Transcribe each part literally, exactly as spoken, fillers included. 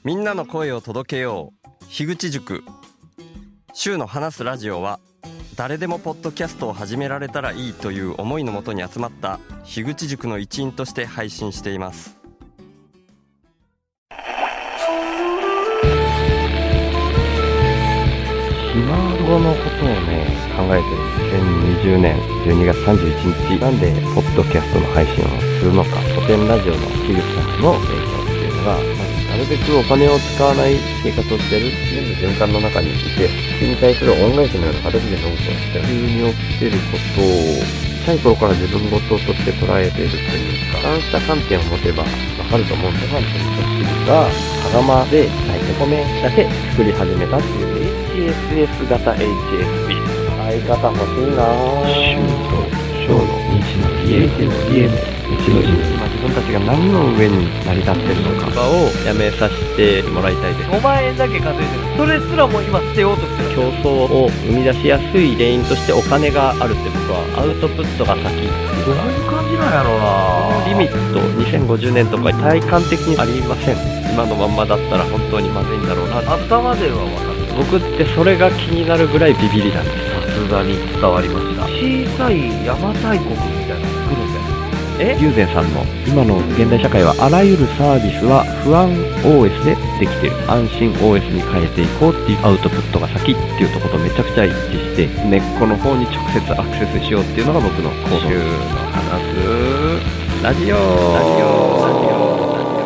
みんなの声を届けよう樋口塾。週の話すラジオは誰でもポッドキャストを始められたらいいという思いのもとに集まった樋口塾の一員として配信しています。 ひ孫のことをね考えてるにせんにじゅうねんじゅうにがつさんじゅういちにちなんでポッドキャストの配信をするのか、古典ラジオの樋口さんの影響っていうのが、まあ、なるべくお金を使わない生活をしてる全部循環の中にいて、それに対する恩返しのような形でノートをして急に起きてることを小さい頃から自分事として捉えているというか、そうした観点を持てばわかると思うんですが、樋口が羽釜で炊いて米だけ作り始めたっていう エイチエスエス 型 エイチエスピー 相方欲しいなぁ。週と小の日の家の家の日の日、まあ、自分たちが何の上に成り立ってるのかをやめさせてもらいたいです。 ごまんえんだけ稼いでる。それすらも今捨てようとしてる。 競争を生み出しやすい原因としてお金があるって僕はアウトプットが先。 どういう感じなんやろうな。 リミットにせんごじゅうねんとか体感的にありません。今のまんまだったら本当にまずいんだろうな。 頭では分かる。 僕ってそれが気になるぐらいビビりなんです。 さすがに伝わりました。小さい邪馬台国みたいなの作るんだよ。え友禅さんの今の現代社会はあらゆるサービスは不安 オーエス でできている、安心 オーエス に変えていこうっていうアウトプットが先っていうところとめちゃくちゃ一致して、根っこの方に直接アクセスしようっていうのが僕の行動。週の話すラジオラジオラジオ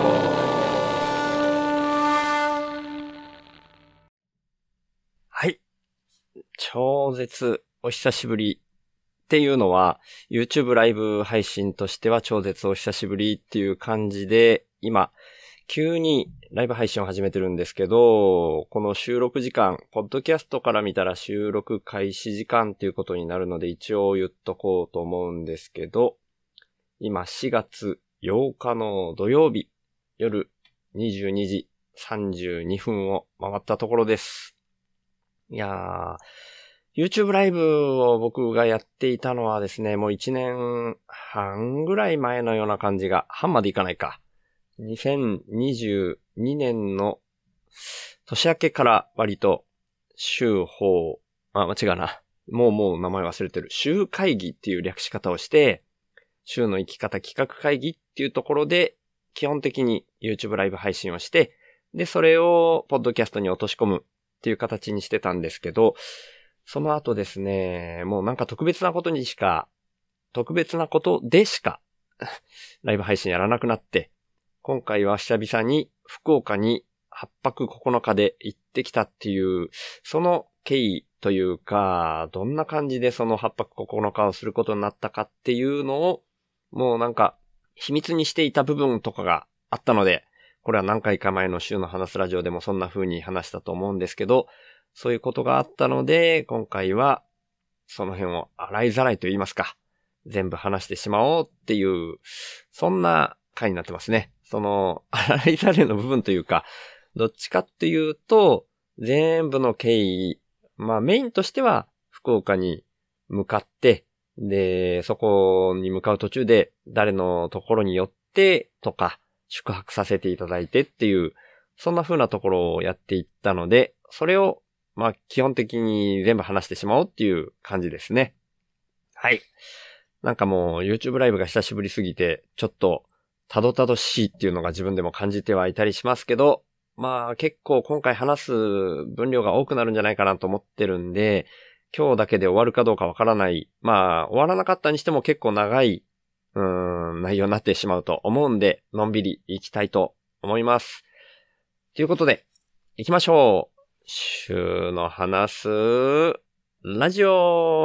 はい、超絶お久しぶりっていうのは YouTube ライブ配信としては超絶お久しぶりっていう感じで、今急にライブ配信を始めてるんですけど、この収録時間、ポッドキャストから見たら収録開始時間っていうことになるので一応言っとこうと思うんですけど、今しがつようかの土曜日夜にじゅうにじさんじゅうにふんを回ったところです。いやー、YouTube ライブを僕がやっていたのはですね、もういちねんはんぐらい前のような感じが、半までいかないか。にせんにじゅうにねんの年明けから割と週報、あ、間違うな。もうもう名前忘れてる。週会議っていう略し方をして、週の生き方企画会議っていうところで、基本的に YouTube ライブ配信をして、で、それをポッドキャストに落とし込むっていう形にしてたんですけど、その後ですね、もうなんか特別なことにしか、特別なことでしか、ライブ配信やらなくなって、今回は久々に福岡にはっぱくここのかで行ってきたっていう、その経緯というか、どんな感じでそのはっぱくここのかをすることになったかっていうのを、もうなんか秘密にしていた部分とかがあったので、これは何回か前の週の話すラジオでもそんな風に話したと思うんですけど、そういうことがあったので、今回はその辺を洗いざらいと言いますか、全部話してしまおうっていう、そんな回になってますね。その、洗いざらいの部分というか、どっちかっていうと、全部の経緯、まあメインとしては福岡に向かって、で、そこに向かう途中で誰のところに寄ってとか、宿泊させていただいてっていう、そんな風なところをやっていったので、それをまあ基本的に全部話してしまおうっていう感じですね。はい。なんかもう YouTube ライブが久しぶりすぎて、ちょっとたどたどしいっていうのが自分でも感じてはいたりしますけど、まあ結構今回話す分量が多くなるんじゃないかなと思ってるんで、今日だけで終わるかどうかわからない。まあ終わらなかったにしても結構長いうーん内容になってしまうと思うんで、のんびり行きたいと思います。ということで、行きましょう。週の話すラジオ。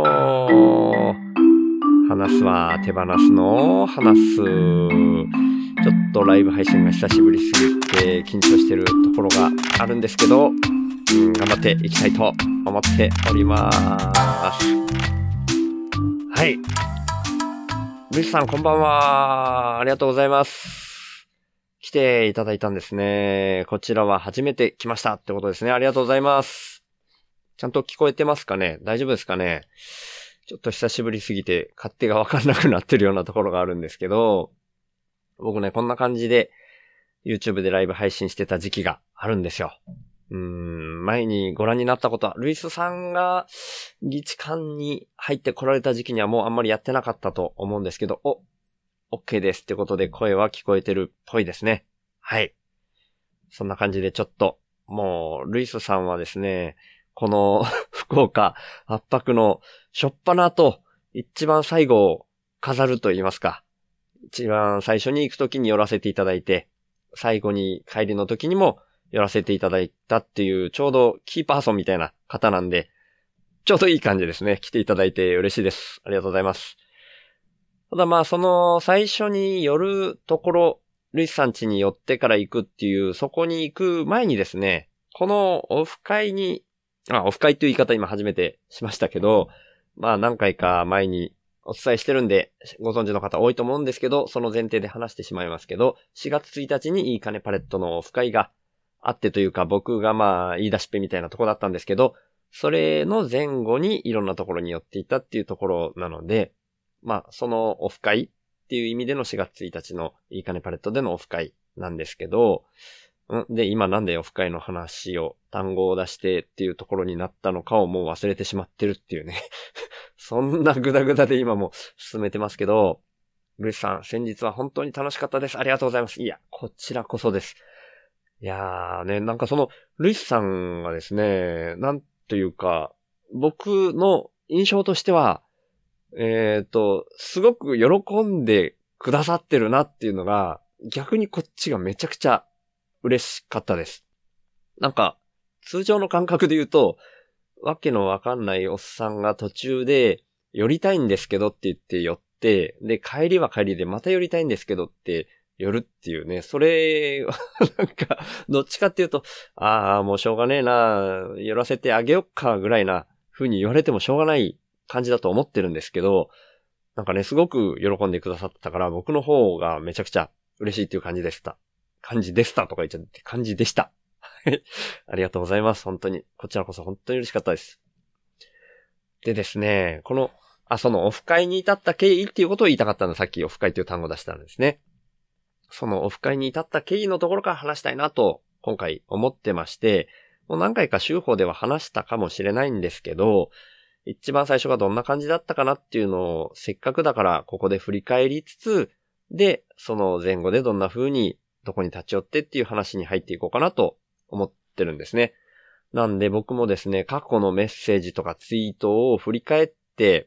話すは手放すの話す。ちょっとライブ配信が久しぶりすぎて緊張してるところがあるんですけど、うん、頑張っていきたいと思っております。はい。ルイスさんこんばんは。ありがとうございます。来ていただいたんですね。こちらは初めて来ましたってことですね。ありがとうございます。ちゃんと聞こえてますかね？大丈夫ですかね？ちょっと久しぶりすぎて勝手がわかんなくなってるようなところがあるんですけど、僕ね、こんな感じで YouTube でライブ配信してた時期があるんですよ。うーん、前にご覧になったことは、ルイスさんが議事館に入って来られた時期にはもうあんまりやってなかったと思うんですけど、お、OK ですってことで声は聞こえてるっぽいですね。はい。そんな感じでちょっと、もう、ルイスさんはですね、この福岡圧迫の初っ端と一番最後を飾ると言いますか、一番最初に行くときに寄らせていただいて、最後に帰りの時にも寄らせていただいたっていうちょうどキーパーソンみたいな方なんで、ちょうどいい感じですね。来ていただいて嬉しいです。ありがとうございます。ただまあその最初に寄るところ、ルイスさん家に寄ってから行くっていう、そこに行く前にですね、このオフ会に、あ、オフ会という言い方今初めてしましたけど、まあ何回か前にお伝えしてるんで、ご存知の方多いと思うんですけど、その前提で話してしまいますけど、しがつついたちにいいかねパレットのオフ会があってというか、僕がまあ言い出しっぺみたいなところだったんですけど、それの前後にいろんなところに寄っていたっていうところなので、まあそのオフ会っていう意味でのしがつついたちのいいかねパレットでのオフ会なんですけど、んで、今なんでオフ会の話を、単語を出してっていうところになったのかをもう忘れてしまってるっていうね。そんなグダグダで今も進めてますけど、ルイスさん、先日は本当に楽しかったです。ありがとうございます。いや、こちらこそです。いやーね、なんかその、ルイスさんがですね、なんというか、僕の印象としては、えっと、すごく喜んでくださってるなっていうのが、逆にこっちがめちゃくちゃ嬉しかったです。なんか、通常の感覚で言うと、わけのわかんないおっさんが途中で、寄りたいんですけどって言って寄って、で、帰りは帰りでまた寄りたいんですけどって寄るっていうね、それ、なんか、どっちかっていうと、ああ、もうしょうがねえな、寄らせてあげよっか、ぐらいな風に言われてもしょうがない感じだと思ってるんですけど、なんかね、すごく喜んでくださったから、僕の方がめちゃくちゃ嬉しいっていう感じでした。感じでしたとか言っちゃって感じでした。ありがとうございます。本当に。こちらこそ本当に嬉しかったです。でですね、この、あ、そのオフ会に至った経緯っていうことを言いたかったの。さっきオフ会という単語を出したんですね。そのオフ会に至った経緯のところから話したいなと、今回思ってまして、もう何回か週報では話したかもしれないんですけど、一番最初がどんな感じだったかなっていうのを、せっかくだからここで振り返りつつ、で、その前後でどんな風に、どこに立ち寄ってっていう話に入っていこうかなと思ってるんですね。なんで僕もですね、過去のメッセージとかツイートを振り返って、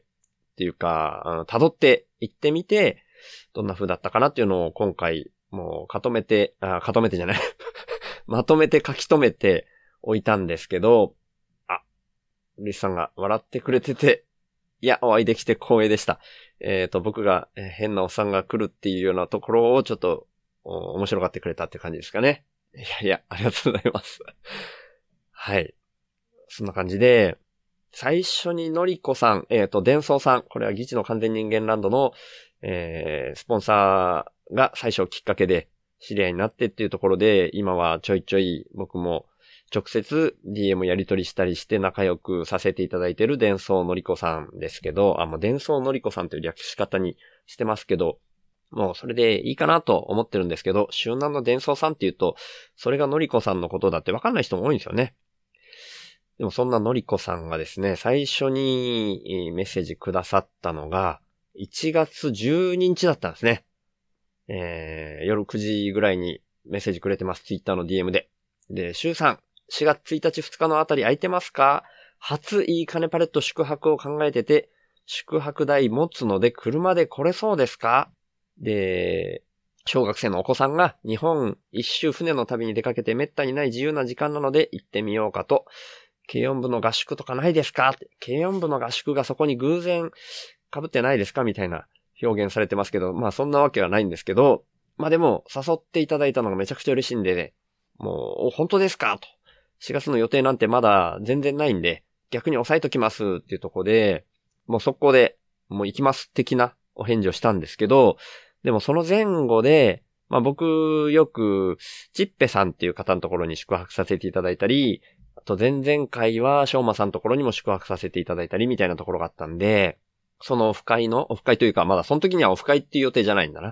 っていうか、あの辿っていってみて、どんな風だったかなっていうのを今回、もう、固めて、あ、固めてじゃない。まとめて書き留めておいたんですけど、あ、リスさんが笑ってくれてて、いや、お会いできて光栄でした。えっと、僕が変なおっさんが来るっていうようなところをちょっと、面白がってくれたって感じですかね。いやいや、ありがとうございます。はい。そんな感じで、最初にのりこさん、えっと、伝送さん、これは議事の完全人間ランドの、えー、スポンサーが最初きっかけで知り合いになってっていうところで、今はちょいちょい僕も直接 ディーエム やり取りしたりして仲良くさせていただいている伝送のりこさんですけど、あ、もう伝送のりこさんという略し方にしてますけど、もうそれでいいかなと思ってるんですけど、周南の伝送さんっていうと、それがのりこさんのことだってわかんない人も多いんですよね。でもそんなのりこさんがですね、最初にメッセージくださったのが、いちがつじゅうににちだったんですね。えー、夜くじぐらいにメッセージくれてます。ツイッターの ディーエム で。で、周さん、しがつついたちふつかのあたり空いてますか？初いいかねパレット宿泊を考えてて、宿泊代持つので車で来れそうですか？で、小学生のお子さんが日本一周船の旅に出かけてめったにない自由な時間なので行ってみようかと。軽音部の合宿とかないですか？軽音部の合宿がそこに偶然被ってないですか？みたいな表現されてますけど、まあそんなわけはないんですけど、まあでも誘っていただいたのがめちゃくちゃ嬉しいんでね、もう本当ですかと。しがつの予定なんてまだ全然ないんで、逆に押さえときますっていうところで、もう速攻でもう行きます的なお返事をしたんですけど、でもその前後で、まあ僕よくチッペさんっていう方のところに宿泊させていただいたり、あと前々回はしょうまさんのところにも宿泊させていただいたりみたいなところがあったんで、そのオフ会の、オフ会というかまだその時にはオフ会っていう予定じゃないんだな。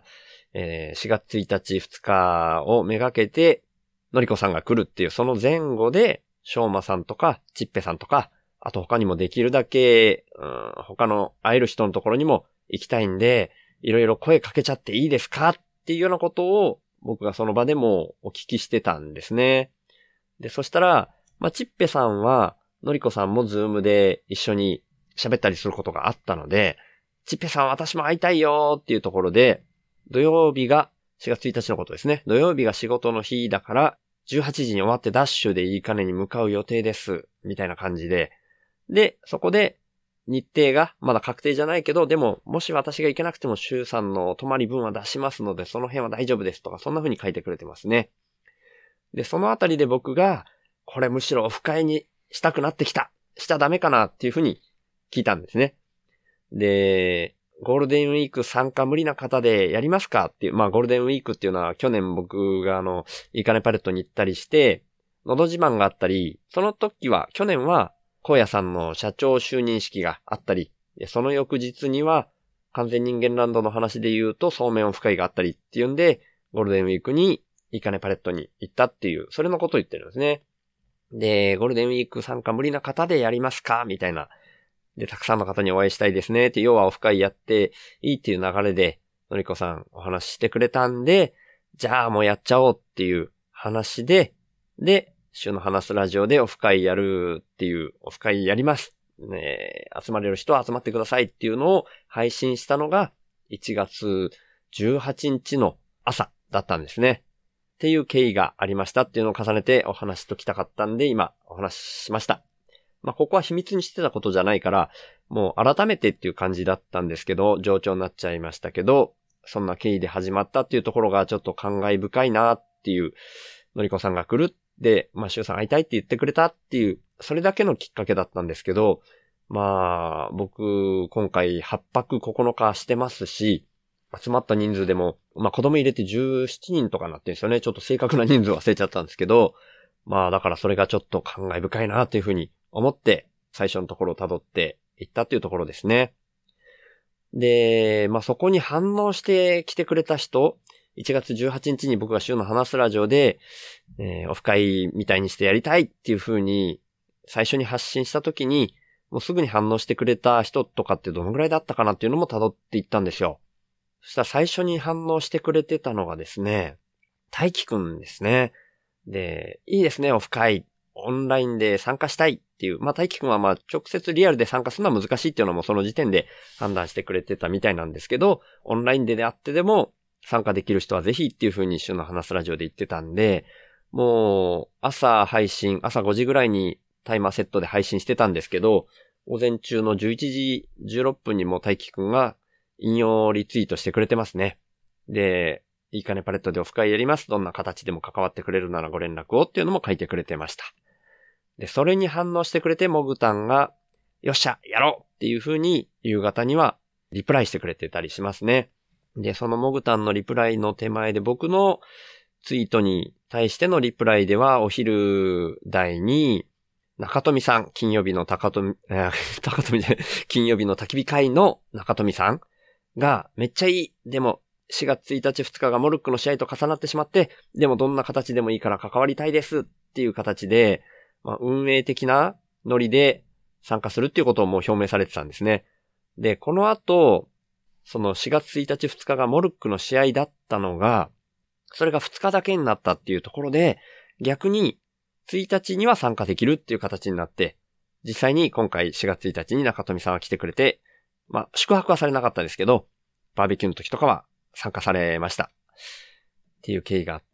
えー、しがつついたち、ふつかをめがけて、のりこさんが来るっていう、その前後で、しょうまさんとか、ちっぺさんとか、あと他にもできるだけ、うん、他の会える人のところにも行きたいんで、いろいろ声かけちゃっていいですかっていうようなことを、僕がその場でもお聞きしてたんですね。で、そしたら、まあ、ちっぺさんは、のりこさんもズームで一緒に喋ったりすることがあったので、ちっぺさん私も会いたいよっていうところで、土曜日がしがつついたちのことですね。土曜日が仕事の日だから、じゅうはちじに終わってダッシュでいいかねに向かう予定です。みたいな感じで。で、そこで日程がまだ確定じゃないけど、でももし私が行けなくても週さんの泊まり分は出しますので、その辺は大丈夫ですとか、そんな風に書いてくれてますね。で、そのあたりで僕が、これむしろオフ会にしたくなってきた。しちゃダメかなっていう風に聞いたんですね。で、ゴールデンウィーク参加無理な方でやりますかっていう、まあゴールデンウィークっていうのは去年僕があの、いいかねパレットに行ったりして、のど自慢があったり、その時は、去年は、荒野さんの社長就任式があったり、その翌日には、完全人間ランドの話で言うと、そうめんオフ会があったりっていうんで、ゴールデンウィークにいいかねパレットに行ったっていう、それのことを言ってるんですね。で、ゴールデンウィーク参加無理な方でやりますかみたいな。で、たくさんの方にお会いしたいですねって、要はオフ会やっていいっていう流れで、のりこさんお話ししてくれたんで、じゃあもうやっちゃおうっていう話で、で、週の話すラジオでオフ会やるっていう、オフ会やります。ね、集まれる人は集まってくださいっていうのを配信したのがいちがつじゅうはちにちの朝だったんですね。っていう経緯がありましたっていうのを重ねてお話しときたかったんで今お話ししました。まあ、ここは秘密にしてたことじゃないから、もう改めてっていう感じだったんですけど、冗長になっちゃいましたけど、そんな経緯で始まったっていうところがちょっと感慨深いなっていう、のりこさんが来るで、まあ、しゅうさん会いたいって言ってくれたっていう、それだけのきっかけだったんですけど、まあ、僕、今回はっぱくここのかしてますし、集まった人数でも、まあ子供入れてじゅうしちにんとかなってるんですよね。ちょっと正確な人数忘れちゃったんですけど、まあだからそれがちょっと感慨深いなっていうふうに思って、最初のところを辿っていったっていうところですね。で、まあそこに反応してきてくれた人、いちがつじゅうはちにちに僕が週の話すラジオで、えー、オフ会みたいにしてやりたいっていうふうに最初に発信したときに、もうすぐに反応してくれた人とかってどのぐらいだったかなっていうのも辿っていったんですよ。そしたら最初に反応してくれてたのがですね、大輝くんですね。で、いいですね、オフ会。オンラインで参加したいっていう。まあ、大輝くんはまあ、直接リアルで参加するのは難しいっていうのもその時点で判断してくれてたみたいなんですけど、オンラインでであってでも参加できる人はぜひっていう風に週の話すラジオで言ってたんで、もう、朝配信、朝ごじぐらいにタイマーセットで配信してたんですけど、午前中のじゅういちじじゅうろっぷんにも大輝くんが引用リツイートしてくれてますね。で、いいかねパレットでオフ会やります。どんな形でも関わってくれるならご連絡をっていうのも書いてくれてました。で、それに反応してくれてモグタンが、よっしゃ、やろうっていう風に夕方にはリプライしてくれてたりしますね。で、そのモグタンのリプライの手前で僕のツイートに対してのリプライではお昼台に、中富さん、金曜日の高富、えー、高富じゃない、金曜日の焚き火会の中富さんがめっちゃいい。でもしがつついたちふつかがモルックの試合と重なってしまって、でもどんな形でもいいから関わりたいですっていう形で、まあ、運営的なノリで参加するっていうことをもう表明されてたんですね。で、この後、そのしがつついたちふつかがモルックの試合だったのが、それがふつかだけになったっていうところで、逆についたちには参加できるっていう形になって、実際に今回しがつついたちに中富さんは来てくれて、まあ、宿泊はされなかったですけど、バーベキューの時とかは参加されました。っていう経緯があって、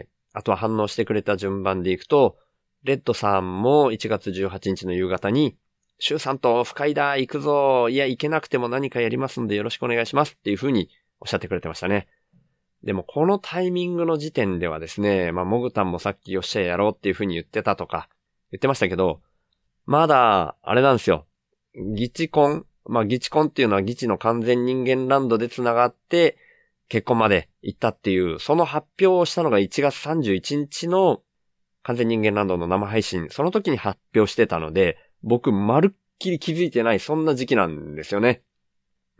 あとは反応してくれた順番でいくと、レッドさんもいちがつじゅうはちにちの夕方に、シュウさんとオフ会だ、行くぞ、いや行けなくても何かやりますんでよろしくお願いしますっていう風におっしゃってくれてましたね。でもこのタイミングの時点ではですね、まあモグタンもさっきよっしゃやろうっていう風に言ってたとか言ってましたけど、まだあれなんですよ。ギチコン、まあギチコンっていうのはギチの完全人間ランドで繋がって結婚まで行ったっていう、その発表をしたのがいちがつさんじゅういちにちの完全人間ランドの生配信、その時に発表してたので、僕まるっきり気づいてないそんな時期なんですよね。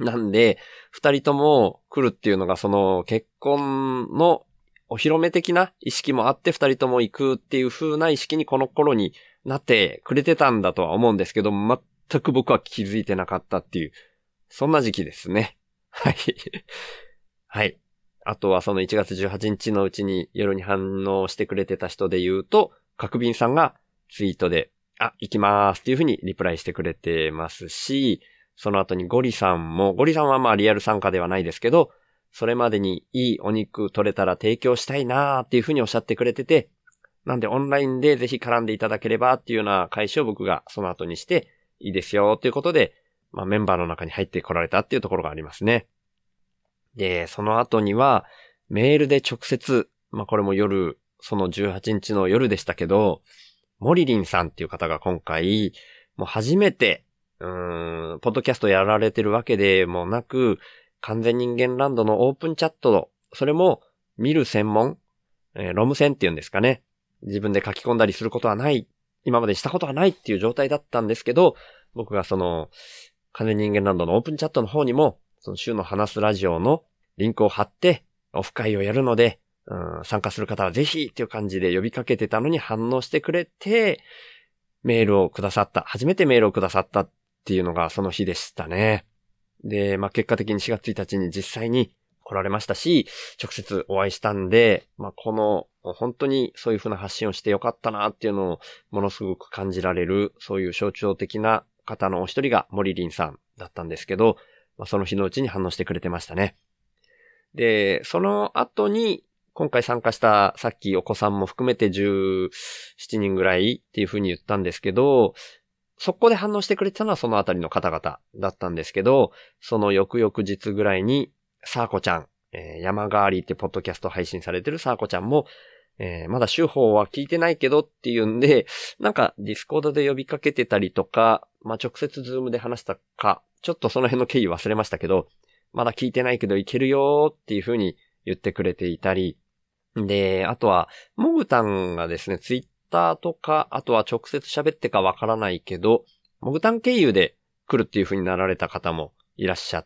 なんで、二人とも来るっていうのがその結婚のお披露目的な意識もあって二人とも行くっていう風な意識にこの頃になってくれてたんだとは思うんですけど、全く僕は気づいてなかったっていう、そんな時期ですね。はい。はい。あとはそのいちがつじゅうはちにちのうちに夜に反応してくれてた人で言うと、角瓶さんがツイートで、あ、行きまーすっていう風にリプライしてくれてますし、その後にゴリさんも、ゴリさんはまあリアル参加ではないですけど、それまでにいいお肉取れたら提供したいなーっていう風におっしゃってくれてて、なんでオンラインでぜひ絡んでいただければっていうような開始を僕がその後にして、いいですよということで、まあメンバーの中に入ってこられたっていうところがありますね。で、その後にはメールで直接、まあこれも夜、そのじゅうはちにちの夜でしたけど、モリリンさんっていう方が今回、もう初めて、うーん、ポッドキャストやられてるわけでもなく、完全人間ランドのオープンチャット、それも見る専門、えー、ロム線っていうんですかね。自分で書き込んだりすることはない、今までしたことはないっていう状態だったんですけど、僕がその、完全人間ランドのオープンチャットの方にも、その週の話すラジオのリンクを貼って、オフ会をやるので、うん、参加する方はぜひっていう感じで呼びかけてたのに反応してくれて、メールをくださった、初めてメールをくださったっていうのがその日でしたね。で、まあ、結果的にしがつついたちに実際に来られましたし、直接お会いしたんで、まあ、この、本当にそういう風な発信をしてよかったなっていうのをものすごく感じられる、そういう象徴的な方のお一人がモリリンさんだったんですけど、まあ、その日のうちに反応してくれてましたね。で、その後に、今回参加したさっきお子さんも含めてじゅうななにんぐらいっていう風に言ったんですけど、そこで反応してくれてたのはそのあたりの方々だったんですけど、その翌々日ぐらいにサーコちゃん、えー、山ガーリーってポッドキャスト配信されてるサーコちゃんも、えー、まだ週報は聞いてないけどっていうんで、なんかディスコードで呼びかけてたりとか、まあ、直接ズームで話したか、ちょっとその辺の経緯忘れましたけど、まだ聞いてないけどいけるよーっていう風に言ってくれていたり、で、あとは、モグタンがですね、ツイッターとか、あとは直接喋ってかわからないけど、モグタン経由で来るっていう風になられた方もいらっしゃって、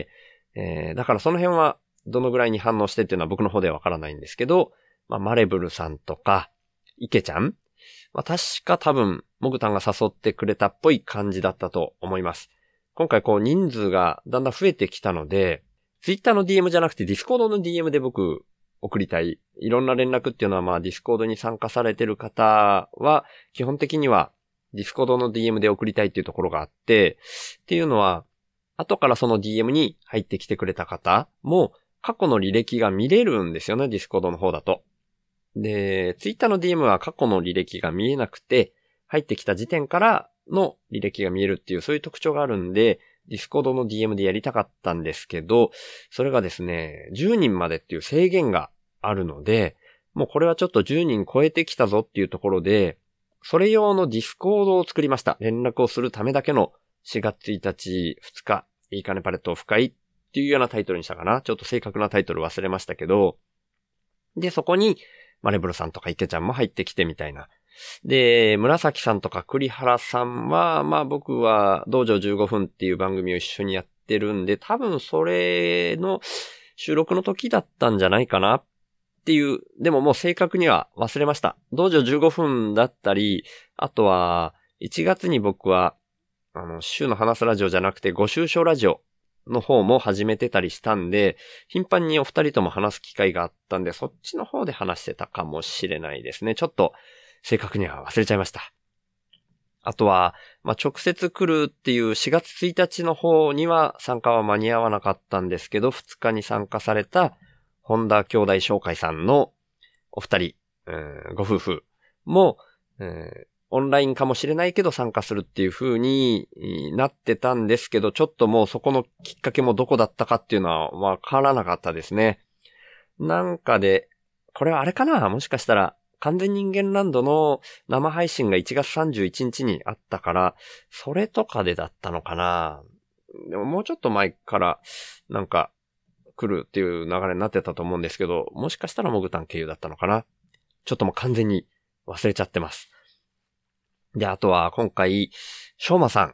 えー、だからその辺はどのぐらいに反応してっていうのは僕の方ではわからないんですけど、まあ、マレブルさんとか、イケちゃん、まあ、確か多分、モグタンが誘ってくれたっぽい感じだったと思います。今回こう人数がだんだん増えてきたので、ツイッターの ディーエム じゃなくてディスコードの ディーエム で僕、送りたい。いろんな連絡っていうのはまあディスコードに参加されてる方は基本的にはディスコードの ディーエム で送りたいっていうところがあって、っていうのは後からその ディーエム に入ってきてくれた方も過去の履歴が見れるんですよね、ディスコードの方だと。で、ツイッターの ディーエム は過去の履歴が見えなくて入ってきた時点からの履歴が見えるっていうそういう特徴があるんで、ディスコードの ディーエム でやりたかったんですけど、それがですね、じゅうにんまでっていう制限があるので、もうこれはちょっとじゅうにん超えてきたぞっていうところで、それ用のディスコードを作りました。連絡をするためだけのしがつついたち、ふつか、いいかねパレットオフ会っていうようなタイトルにしたかな。ちょっと正確なタイトル忘れましたけど、で、そこに、マレブルさんとかイケちゃんも入ってきてみたいな。で、紫さんとか栗原さんは、まあ僕は道場じゅうごふんっていう番組を一緒にやってるんで、多分それの収録の時だったんじゃないかなっていう、でももう正確には忘れました。道場じゅうごふんだったり、あとはいちがつに僕は、あの、週の話すラジオじゃなくてご週賞ラジオの方も始めてたりしたんで、頻繁にお二人とも話す機会があったんで、そっちの方で話してたかもしれないですね。ちょっと、正確には忘れちゃいました。あとは、まあ、直接来るっていうしがつついたちの方には参加は間に合わなかったんですけど、ふつかに参加された本田兄弟紹介さんのお二人、うん、ご夫婦も、うん、オンラインかもしれないけど参加するっていう風になってたんですけど、ちょっともうそこのきっかけもどこだったかっていうのはわからなかったですね。なんかで、これはあれかな？もしかしたら、完全人間ランドの生配信がいちがつさんじゅういちにちにあったから、それとかでだったのかな。でももうちょっと前からなんか来るっていう流れになってたと思うんですけど、もしかしたらモグタン経由だったのかな。ちょっともう完全に忘れちゃってます。で、あとは今回、しょうまさん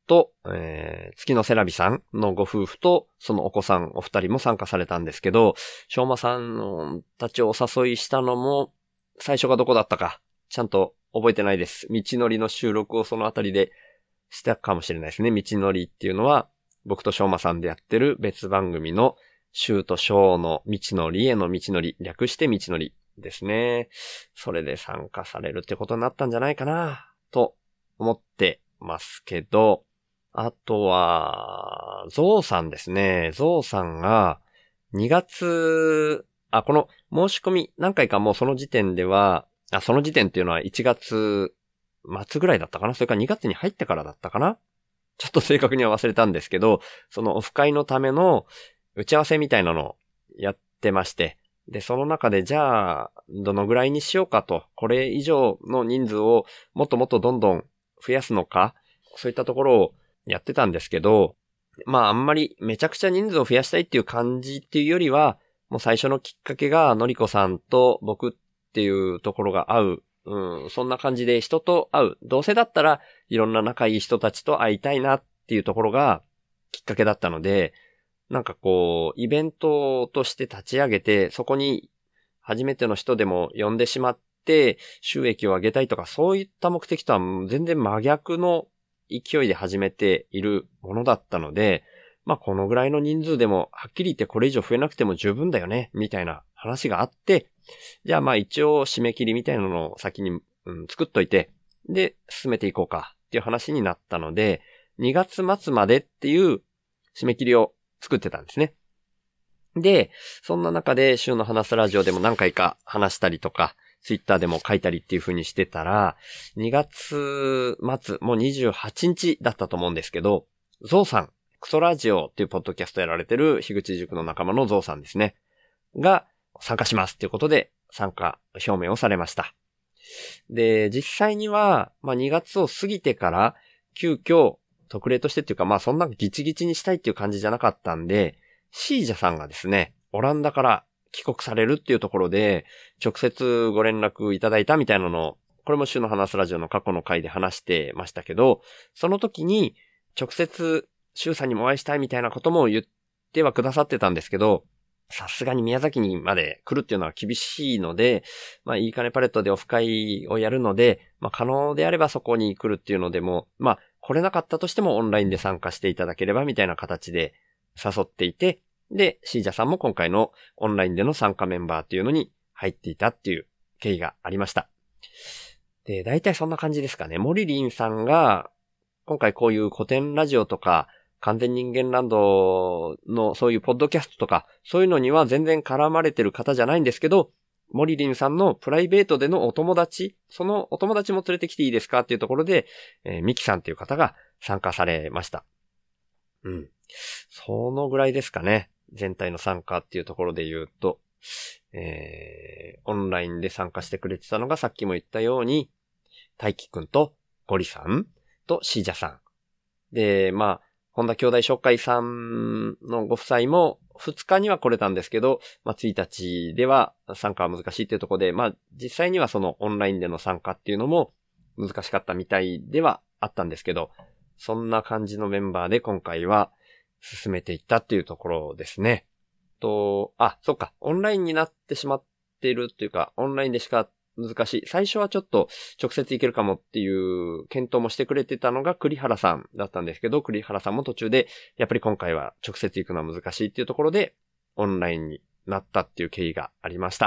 と、えー、月のセラビさんのご夫婦と、そのお子さんお二人も参加されたんですけど、しょうまさんたちをお誘いしたのも、最初がどこだったか、ちゃんと覚えてないです。道のりの収録をそのあたりでしたかもしれないですね。道のりっていうのは、僕としょうまさんでやってる別番組の、シューとショーの道のりへの道のり、略して道のりですね。それで参加されるってことになったんじゃないかな、と思ってますけど、あとは、ゾウさんですね。ゾウさんが、にがつ、あ、この申し込み何回かもうその時点では、あ、その時点っていうのはいちがつ末ぐらいだったかな、それからにがつに入ってからだったかな、ちょっと正確には忘れたんですけど、そのオフ会のための打ち合わせみたいなのをやってまして、で、その中でじゃあ、どのぐらいにしようかと、これ以上の人数をもっともっとどんどん増やすのか、そういったところをやってたんですけど、まああんまりめちゃくちゃ人数を増やしたいっていう感じっていうよりは、もう最初のきっかけがのりこさんと僕っていうところが合う、うん、そんな感じで人と会う。どうせだったらいろんな仲いい人たちと会いたいなっていうところがきっかけだったので、なんかこう、イベントとして立ち上げて、そこに初めての人でも呼んでしまって、収益を上げたいとか、そういった目的とは全然真逆の勢いで始めているものだったので、まあこのぐらいの人数でも、はっきり言ってこれ以上増えなくても十分だよね、みたいな話があって、じゃあまあ一応締め切りみたいなのを先に、うん、作っといて、で、進めていこうかっていう話になったので、にがつ末までっていう締め切りを作ってたんですね。で、そんな中で週の話すラジオでも何回か話したりとか、ツイッターでも書いたりっていう風にしてたら、にがつ末、もうにじゅうはちにちだったと思うんですけど、ゾウさん、クソラジオっていうポッドキャストやられてる樋口塾の仲間のゾウさんですね。が参加しますっていうことで参加表明をされました。で、実際には、まあにがつを過ぎてから急遽特例としてっていうか、まあそんなギチギチにしたいっていう感じじゃなかったんで、シージャさんがですね、オランダから帰国されるっていうところで、直接ご連絡いただいたみたいなのを、これも週の話すラジオの過去の回で話してましたけど、その時に直接シュウさんにもお会いしたいみたいなことも言ってはくださってたんですけど、さすがに宮崎にまで来るっていうのは厳しいので、まあいいかねパレットでオフ会をやるので、まあ可能であればそこに来るっていうのでも、まあ来れなかったとしてもオンラインで参加していただければみたいな形で誘っていて、で、シージャさんも今回のオンラインでの参加メンバーっていうのに入っていたっていう経緯がありました。で、大体そんな感じですかね。モリリンさんが今回こういう古典ラジオとか完全人間ランドのそういうポッドキャストとかそういうのには全然絡まれてる方じゃないんですけど、モリリンさんのプライベートでのお友達、そのお友達も連れてきていいですかっていうところで、えー、ミキさんっていう方が参加されました。うん。そのぐらいですかね。全体の参加っていうところで言うと、えー、オンラインで参加してくれてたのがさっきも言ったように、大輝くんとゴリさんとシージャさん。で、まあ、本田兄弟紹介さんのご夫妻もふつかには来れたんですけど、まあ、ついたちでは参加は難しいっていうところで、まあ、実際にはそのオンラインでの参加っていうのも難しかったみたいではあったんですけど、そんな感じのメンバーで今回は進めていったっていうところですね。と、あ、そっか、オンラインになってしまっているっていうか、オンラインでしか難しい。最初はちょっと直接行けるかもっていう検討もしてくれてたのが栗原さんだったんですけど、栗原さんも途中で、やっぱり今回は直接行くのは難しいっていうところで、オンラインになったっていう経緯がありました。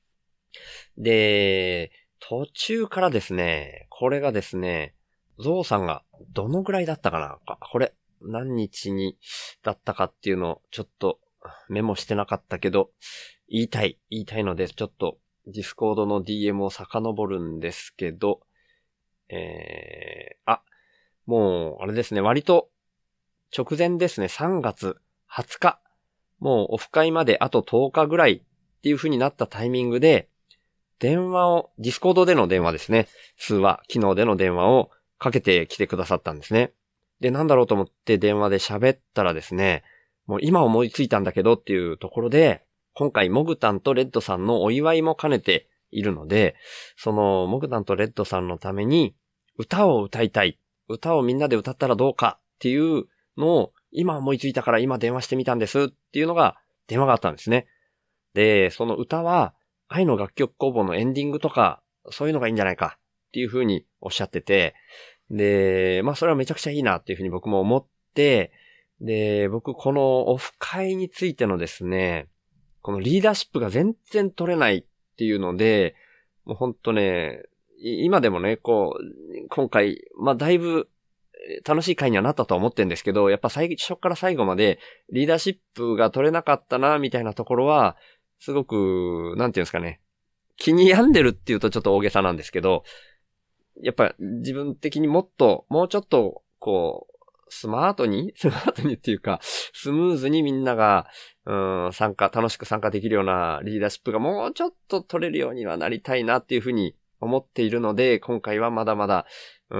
で、途中からですね、これがですね、ゾウさんがどのぐらいだったかな、これ何日にだったかっていうのをちょっとメモしてなかったけど、言いたい、言いたいのでちょっとディスコードの ディーエム を遡るんですけど、えー、あ、もうあれですね、割と直前ですね、さんがつはつか、もうオフ会まであととおかぐらいっていう風になったタイミングで、電話を、ディスコードでの電話ですね、通話、機能での電話をかけてきてくださったんですね。で、なんだろうと思って電話で喋ったらですね、もう今思いついたんだけどっていうところで、今回モグタンとレッドさんのお祝いも兼ねているので、そのモグタンとレッドさんのために歌を歌いたい。 歌をみんなで歌ったらどうかっていうのを今思いついたから今電話してみたんですっていうのが電話があったんですね。で、その歌は愛の楽曲工房のエンディングとかそういうのがいいんじゃないかっていうふうにおっしゃってて、で、まあそれはめちゃくちゃいいなっていうふうに僕も思って、で、僕このオフ会についてのですね、このリーダーシップが全然取れないっていうので、もうほんとね、今でもね、こう、今回、まあだいぶ楽しい会にはなったとは思ってるんですけど、やっぱ最初から最後までリーダーシップが取れなかったな、みたいなところは、すごく、なんていうんですかね、気に病んでるっていうとちょっと大げさなんですけど、やっぱ自分的にもっと、もうちょっと、こう、スマートにスマートにっていうか、スムーズにみんなが、うん、参加、楽しく参加できるようなリーダーシップがもうちょっと取れるようにはなりたいなっていうふうに思っているので、今回はまだまだ、うん、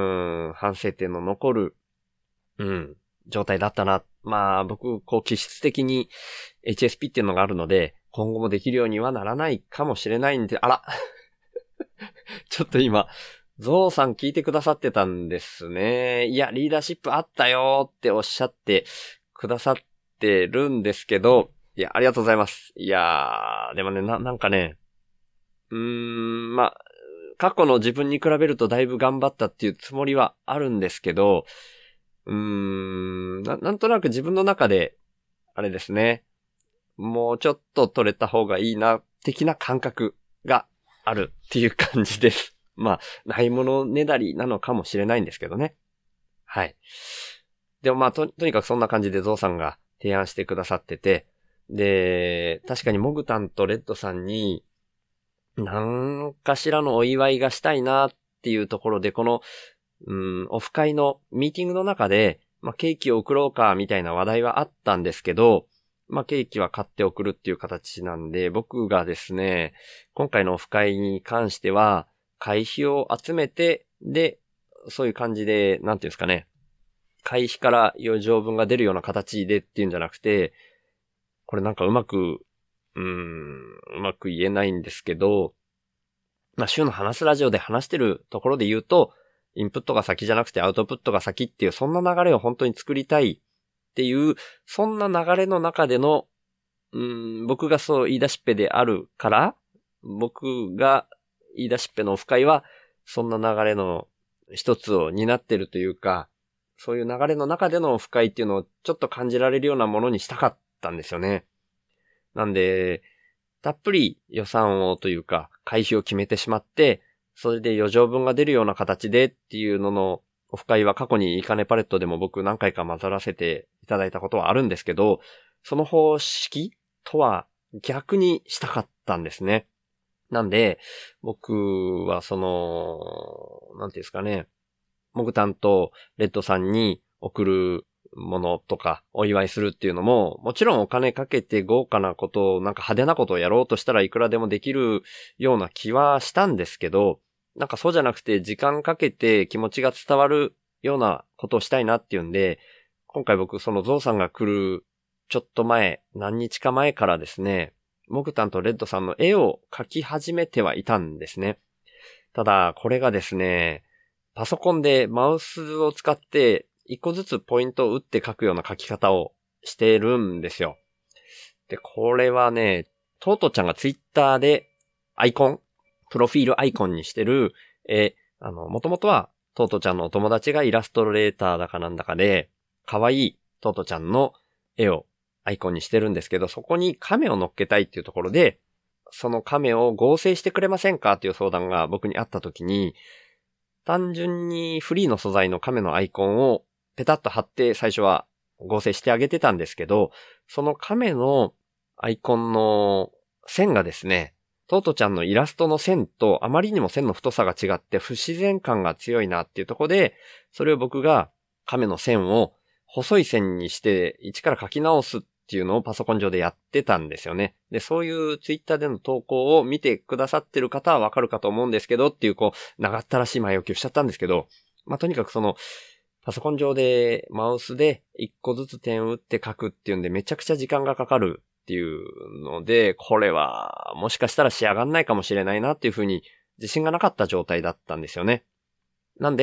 反省点の残る、うん、状態だったな。まあ、僕、こう、気質的に エイチエスピー っていうのがあるので、今後もできるようにはならないかもしれないんで、あらちょっと今、ゾウさん聞いてくださってたんですね。いや、リーダーシップあったよっておっしゃってくださってるんですけど、いや、ありがとうございます。いやー、でもね、な、なんかね、うーん、まあ、過去の自分に比べるとだいぶ頑張ったっていうつもりはあるんですけど、うーん、な、なんとなく自分の中で、あれですね、もうちょっと取れた方がいいな、的な感覚があるっていう感じです。まあ、ないものねだりなのかもしれないんですけどね。はい。でもまあ、と、とにかくそんな感じでゾウさんが提案してくださってて、で、確かにモグタンとレッドさんに、何かしらのお祝いがしたいなっていうところで、この、うん、オフ会のミーティングの中で、まあ、ケーキを送ろうかみたいな話題はあったんですけど、まあ、ケーキは買って送るっていう形なんで、僕がですね、今回のオフ会に関しては、会費を集めて、で、そういう感じで、なんていうんですかね、会費から余剰分が出るような形でっていうんじゃなくて、これなんかうまく、うーん、うまく言えないんですけど、まあ、週の話すラジオで話してるところで言うと、インプットが先じゃなくてアウトプットが先っていう、そんな流れを本当に作りたいっていう、そんな流れの中での、うーん、僕がそう言い出しっぺであるから、僕が言い出しっぺのオフ会は、そんな流れの一つを担ってるというか、そういう流れの中でのオフ会っていうのをちょっと感じられるようなものにしたかったんですよね。なんで、たっぷり予算をというか、会費を決めてしまって、それで余剰分が出るような形でっていうののオフ会は過去にイカネパレットでも僕何回か混ざらせていただいたことはあるんですけど、その方式とは逆にしたかったんですね。なんで、僕はその、なんていうんですかね、モグタンとレッドさんに送るものとかお祝いするっていうのも、もちろんお金かけて豪華なことを、なんか派手なことをやろうとしたらいくらでもできるような気はしたんですけど、なんかそうじゃなくて時間かけて気持ちが伝わるようなことをしたいなっていうんで、今回僕そのゾウさんが来るちょっと前、何日か前からですね、モグタンとレッドさんの絵を描き始めてはいたんですね。ただ、これがですね、パソコンでマウスを使って一個ずつポイントを打って描くような描き方をしてるんですよ。で、これはね、トートちゃんがツイッターでアイコン、プロフィールアイコンにしてる絵、あの、もともとはトートちゃんのお友達がイラストレーターだかなんだかで、可愛いトートちゃんの絵をアイコンにしてるんですけど、そこに亀を乗っけたいっていうところで、その亀を合成してくれませんかっていう相談が僕にあった時に、単純にフリーの素材の亀のアイコンをペタッと貼って最初は合成してあげてたんですけど、その亀のアイコンの線がですね、トートちゃんのイラストの線とあまりにも線の太さが違って不自然感が強いなっていうところで、それを僕が亀の線を細い線にして一から書き直すっていうのをパソコン上でやってたんですよね。で、そういうツイッターでの投稿を見てくださってる方はわかるかと思うんですけどっていうこう、長ったらしい前置きをしちゃったんですけど、まあ、とにかくその、パソコン上でマウスで一個ずつ点を打って書くっていうんでめちゃくちゃ時間がかかるっていうので、これはもしかしたら仕上がんないかもしれないなっていうふうに自信がなかった状態だったんですよね。なんで、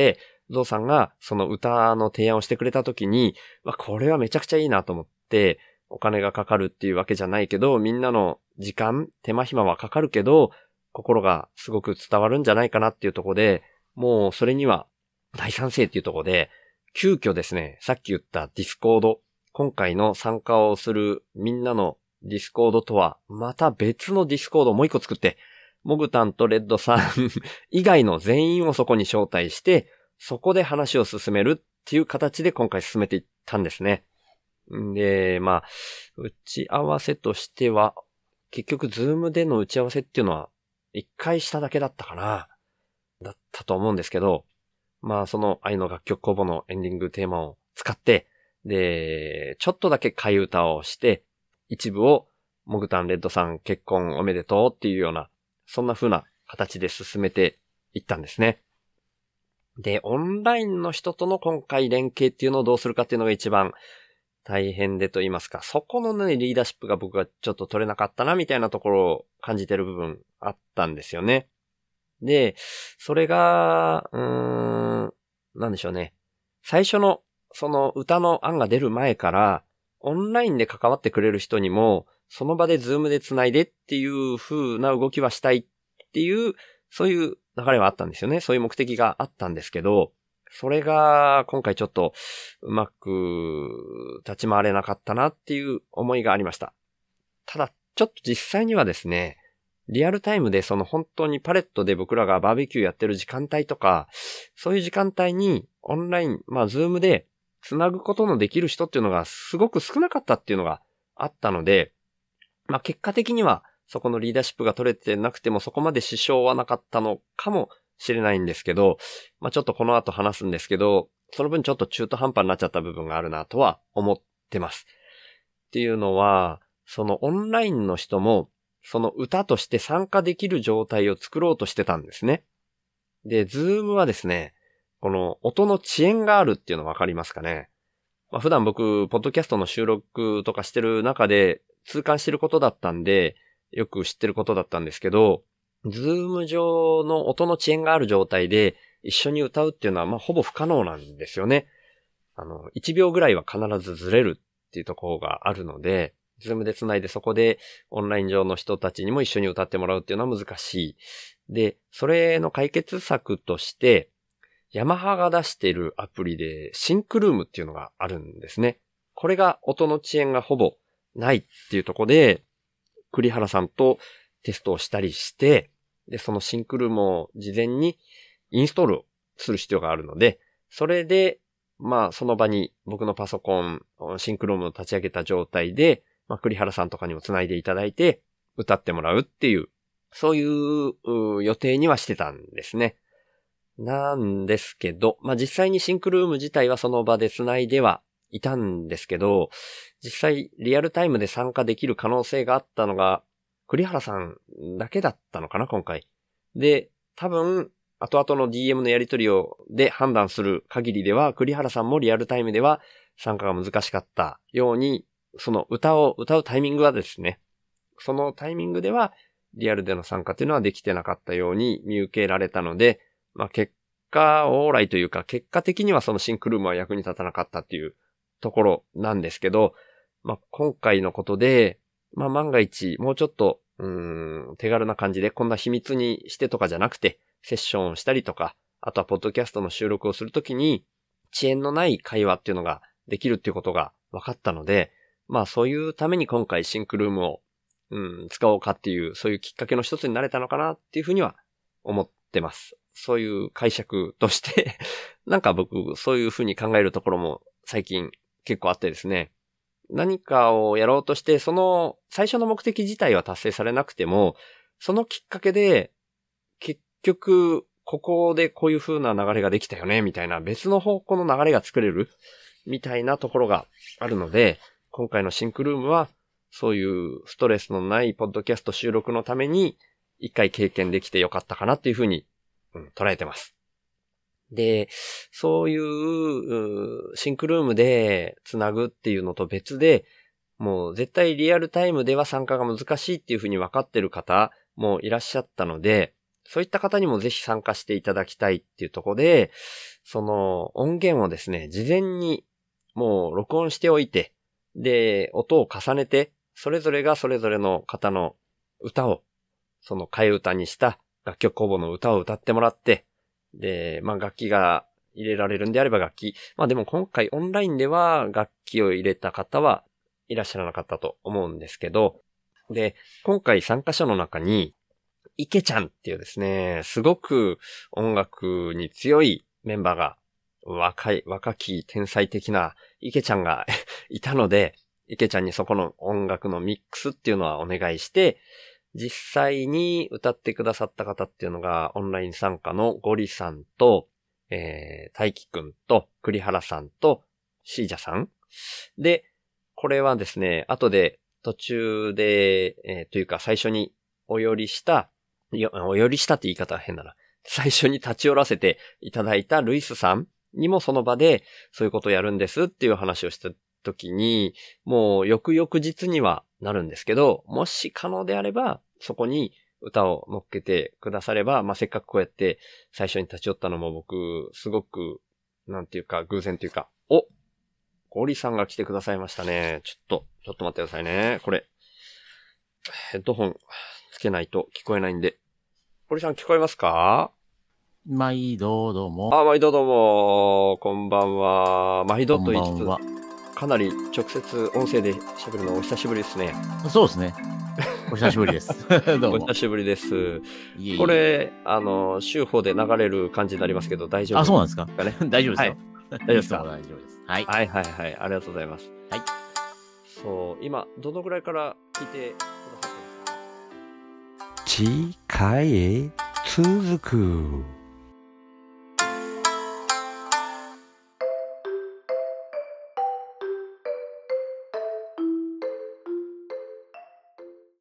ゾウさんがその歌の提案をしてくれた時に、まあ、これはめちゃくちゃいいなと思って、お金がかかるっていうわけじゃないけど、みんなの時間、手間暇はかかるけど、心がすごく伝わるんじゃないかなっていうところで、もうそれには大賛成っていうところで、急遽ですね、さっき言ったディスコード、今回の参加をするみんなのディスコードとは、また別のディスコードをもう一個作って、モグタンとレッドさん以外の全員をそこに招待して、そこで話を進めるっていう形で今回進めていったんですね。で、まあ、打ち合わせとしては、結局ズームでの打ち合わせっていうのは、一回しただけだったかな。だったと思うんですけど、まあその愛の楽曲公募のエンディングテーマを使って、で、ちょっとだけ替え歌をして、一部をモグタンレッドさん結婚おめでとうっていうような、そんな風な形で進めていったんですね。で、オンラインの人との今回連携っていうのをどうするかっていうのが一番大変でと言いますか、そこのね、リーダーシップが僕がちょっと取れなかったなみたいなところを感じてる部分あったんですよね。で、それが、うーん、なんでしょうね。最初のその歌の案が出る前から、オンラインで関わってくれる人にも、その場でズームで繋いでっていう風な動きはしたいっていう、そういう流れはあったんですよね。そういう目的があったんですけど、それが今回ちょっとうまく立ち回れなかったなっていう思いがありました。ただ、ちょっと実際にはですね、リアルタイムでその本当にパレットで僕らがバーベキューやってる時間帯とか、そういう時間帯にオンライン、まあズームで繋ぐことのできる人っていうのがすごく少なかったっていうのがあったので、まあ結果的にはそこのリーダーシップが取れてなくてもそこまで支障はなかったのかもしれないんですけど、まあちょっとこの後話すんですけど、その分ちょっと中途半端になっちゃった部分があるなとは思ってます。っていうのは、そのオンラインの人もその歌として参加できる状態を作ろうとしてたんですね。で、ズームはですね、この音の遅延があるっていうのわかりますかね。まあ、普段僕、ポッドキャストの収録とかしてる中で痛感してることだったんで、よく知ってることだったんですけど、ズーム上の音の遅延がある状態で一緒に歌うっていうのはまあほぼ不可能なんですよね。あの、いちびょうぐらいは必ずずれるっていうところがあるので、ズームで繋いでそこでオンライン上の人たちにも一緒に歌ってもらうっていうのは難しい。で、それの解決策として、ヤマハが出しているアプリでシンクルームっていうのがあるんですね。これが音の遅延がほぼないっていうところで、栗原さんとテストをしたりして、で、そのシンクルームを事前にインストールする必要があるので、それで、まあその場に僕のパソコン、シンクルームを立ち上げた状態で、まあ、栗原さんとかにも繋いでいただいて、歌ってもらうっていう、そういう予定にはしてたんですね。なんですけど、まあ、実際にシンクルーム自体はその場で繋いではいたんですけど、実際リアルタイムで参加できる可能性があったのが、栗原さんだけだったのかな、今回。で、多分、後々の ディーエム のやり取りを、で判断する限りでは、栗原さんもリアルタイムでは参加が難しかったように、その歌を歌うタイミングはですね、そのタイミングではリアルでの参加というのはできてなかったように見受けられたので、まあ結果オーライというか結果的にはそのシンクルームは役に立たなかったっていうところなんですけど、まあ今回のことで、まあ万が一もうちょっとうーん手軽な感じでこんな秘密にしてとかじゃなくてセッションをしたりとか、あとはポッドキャストの収録をするときに遅延のない会話っていうのができるっていうことが分かったので、まあそういうために今回シンクルームを、うん、使おうかっていう、そういうきっかけの一つになれたのかなっていうふうには思ってます。そういう解釈として、なんか僕そういうふうに考えるところも最近結構あってですね。何かをやろうとして、その最初の目的自体は達成されなくても、そのきっかけで結局ここでこういう風な流れができたよね、みたいな別の方向の流れが作れるみたいなところがあるので、今回のシンクルームはそういうストレスのないポッドキャスト収録のために一回経験できてよかったかなっていうふうに、うん、捉えてます。で、そういう、うシンクルームでつなぐっていうのと別で、もう絶対リアルタイムでは参加が難しいっていうふうに分かってる方もいらっしゃったので、 そういった方にもぜひ参加していただきたいっていうところで、その音源をですね、事前にもう録音しておいて、で、音を重ねて、それぞれがそれぞれの方の歌を、その替え歌にした楽曲公募の歌を歌ってもらって、で、まあ楽器が入れられるんであれば楽器。まあでも今回オンラインでは楽器を入れた方はいらっしゃらなかったと思うんですけど、で、今回参加者の中に、池ちゃんっていうですね、すごく音楽に強いメンバーが、若い、若き天才的な池ちゃんがいたので、池ちゃんにそこの音楽のミックスっていうのはお願いして、実際に歌ってくださった方っていうのが、オンライン参加のゴリさんと、えー、大輝くんと、栗原さんと、シージャさん。で、これはですね、後で途中で、えー、というか最初にお寄りした、お寄りしたって言い方は変だな。最初に立ち寄らせていただいたルイスさんにもその場でそういうことをやるんですっていう話をした時に、もう翌々日にはなるんですけど、もし可能であればそこに歌を乗っけてくだされば、まあ、せっかくこうやって最初に立ち寄ったのも僕、すごく、なんていうか偶然というか、おゴリさんが来てくださいましたね。ちょっと、ちょっと待ってくださいね。これ、ヘッドホンつけないと聞こえないんで。ゴリさん聞こえますか？ 毎度どうも。 あ、毎度どうも。こんばんは。毎度と言いつつ、 こんばんは。 かなり直接音声で喋るのお久しぶりですね。 そうですね。お久しぶりです。どうも。 お久しぶりです。 いえいえこれ、あの、週報で流れる感じになりますけど、大丈夫ですか？ あ、そうなんですかね。 大丈夫ですよ。 はい大丈夫ですか？ いつも大丈夫です。はい。 はいはいはい。ありがとうございます。 はい。 そう、今、どのぐらいから聞いてくださってますか？ 次回へ続く。